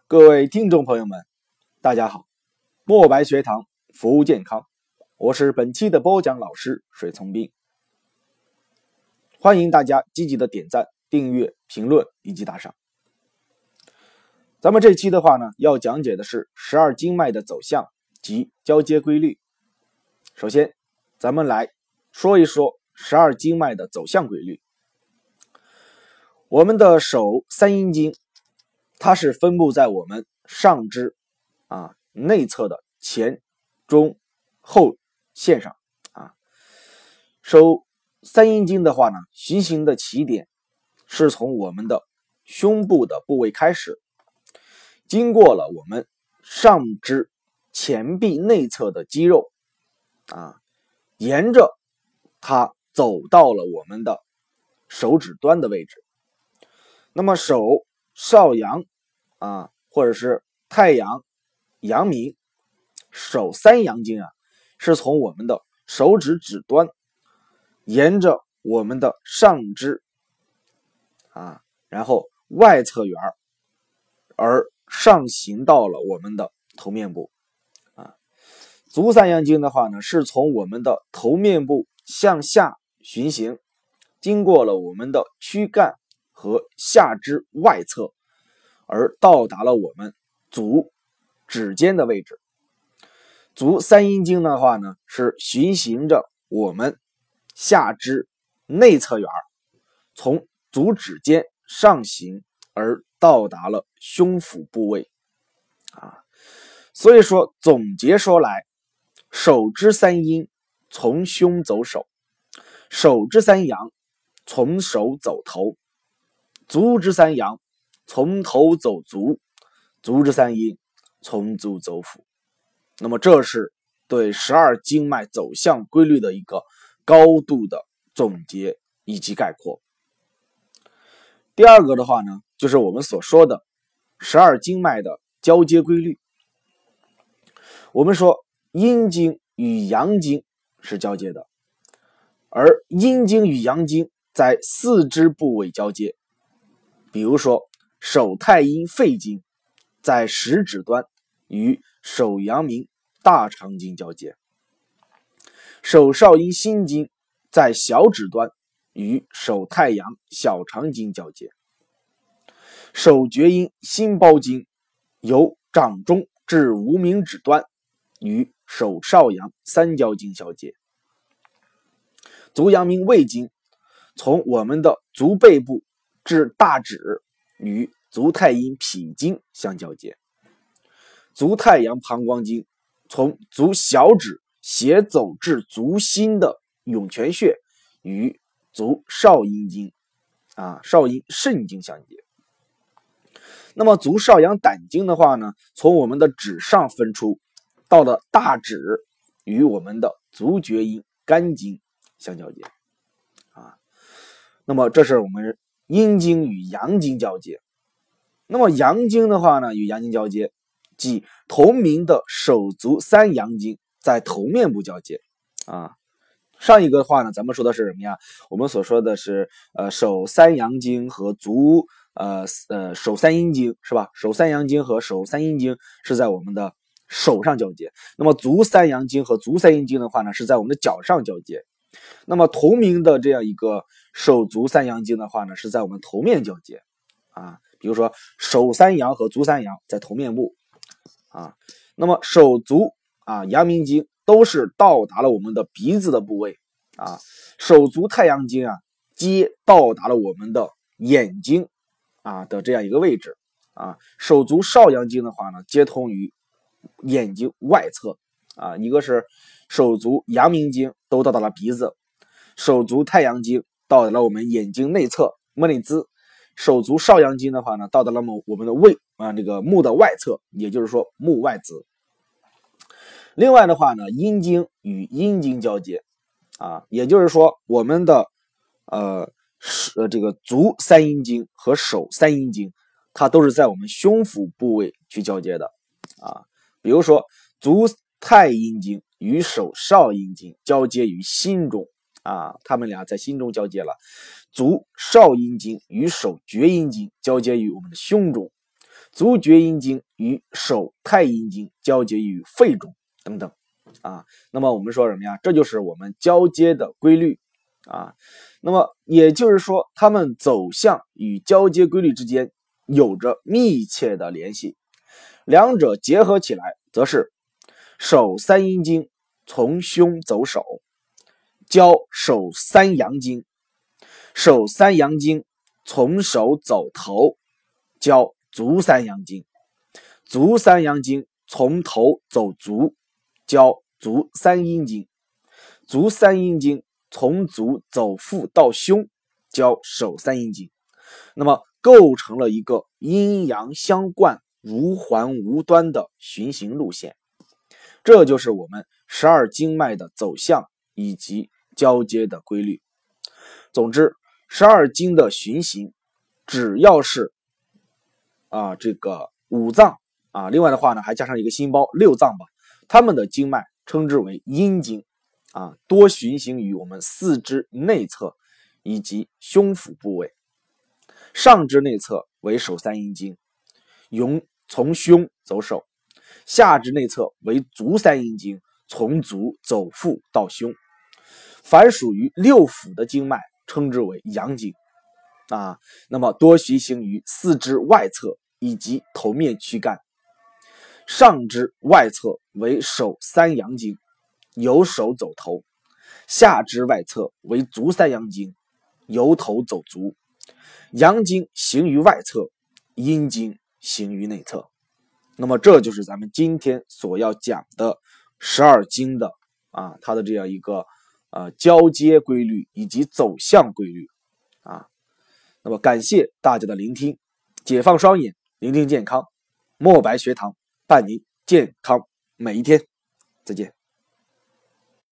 各位听众朋友们，大家好，墨白学堂服务健康，我是本期的播讲老师水从斌。欢迎大家积极的点赞、订阅、评论以及打赏。咱们这期的话呢，要讲解的是12经脉的走向及交接规律。首先，咱们来说一说12经脉的走向规律。我们的手三阴经，它是分布在我们上肢内侧的前、中、后线上手三阴经的话呢，循行的起点是从我们的胸部的部位开始，经过了我们上肢前臂内侧的肌肉沿着它走到了我们的手指端的位置。那么手少阳或者是太阳、阳明、手三阳经是从我们的手指指端沿着我们的上肢然后外侧缘而上行到了我们的头面部足三阳经的话呢，是从我们的头面部向下循行，经过了我们的躯干和下肢外侧，而到达了我们足指尖的位置。足三阴经的话呢，是循行着我们下肢内侧缘，从足指尖上行而到达了胸腹部位所以说总结说来，手之三阴从胸走手，手之三阳从手走头，足之三阳从头走足，足之三阴从足走腹。那么这是对12经脉走向规律的一个高度的总结以及概括。第二个的话呢，就是我们所说的12经脉的交接规律。我们说阴经与阳经是交接的，而阴经与阳经在四肢部位交接。比如说手太阴肺经在食指端与手阳明大肠经交接，手少阴心经在小指端与手太阳小肠经交接，手厥阴心包经由掌中至无名指端与手少阳三焦经交接，足阳明胃经从我们的足背部至大指与足太阴脾经相交接，足太阳膀胱经从足小指斜走至足心的涌泉穴与足少阴经少阴肾经相接。那么足少阳胆经的话呢，从我们的指上分出，到了大指与我们的足厥阴肝经相交接那么这是我们阴经与阳经交接。那么阳经的话呢，与阳经交接，即同名的手足三阳经在头面部交接上一个的话呢，咱们说的是什么呀？我们所说的是手三阳经和足手三阴经是吧？手三阳经和手三阴经是在我们的手上交接，那么足三阳经和足三阴经的话呢，是在我们的脚上交接。那么同名的这样一个手足三阳经的话呢，是在我们头面交接比如说手三阳和足三阳在头面部那么手足阳明经都是到达了我们的鼻子的部位手足太阳经皆到达了我们的眼睛的这样一个位置手足少阳经的话呢，接通于眼睛外侧一个是手足阳明经都到达了鼻子，手足太阳经到达了我们眼睛内侧莫内兹，手足少阳经的话呢，到达了我们的胃这个目的外侧，也就是说目外眦。另外的话呢，阴经与阴经交接也就是说我们的这个足三阴经和手三阴经，它都是在我们胸腹部位去交接的比如说足太阴经与手少阴经交接于心中他们俩在心中交接了。足少阴经与手厥阴经交接于我们的胸中， 足厥阴经与手太阴经交接于肺中等等那么我们说什么呀？这就是我们交接的规律那么也就是说，它们走向与交接规律之间有着密切的联系，两者结合起来，则是手三阴经从胸走手，交手三阳经；手三阳经从手走头，交足三阳经；足三阳经从头走足，交足三阴经；足三阴经从足走腹到胸，交手三阴经。那么构成了一个阴阳相贯、如环无端的循行路线。这就是我们12经脉的走向以及交接的规律。总之，12经的循行，只要是这个五脏另外的话呢，还加上一个心包，6脏吧，它们的经脉称之为阴经多循行于我们四肢内侧以及胸腹部位。上肢内侧为手三阴经，从胸走手；下肢内侧为足三阴经，从足走腹到胸。凡属于六腑的经脉称之为阳经那么多循行于四肢外侧以及头面躯干。上肢外侧为手三阳经，由手走头；下肢外侧为足三阳经，由头走足。阳经行于外侧，阴经行于内侧。那么这就是咱们今天所要讲的12经的它的这样一个交接规律以及走向规律那么感谢大家的聆听，解放双眼，聆听健康，墨白学堂伴您健康每一天，再见。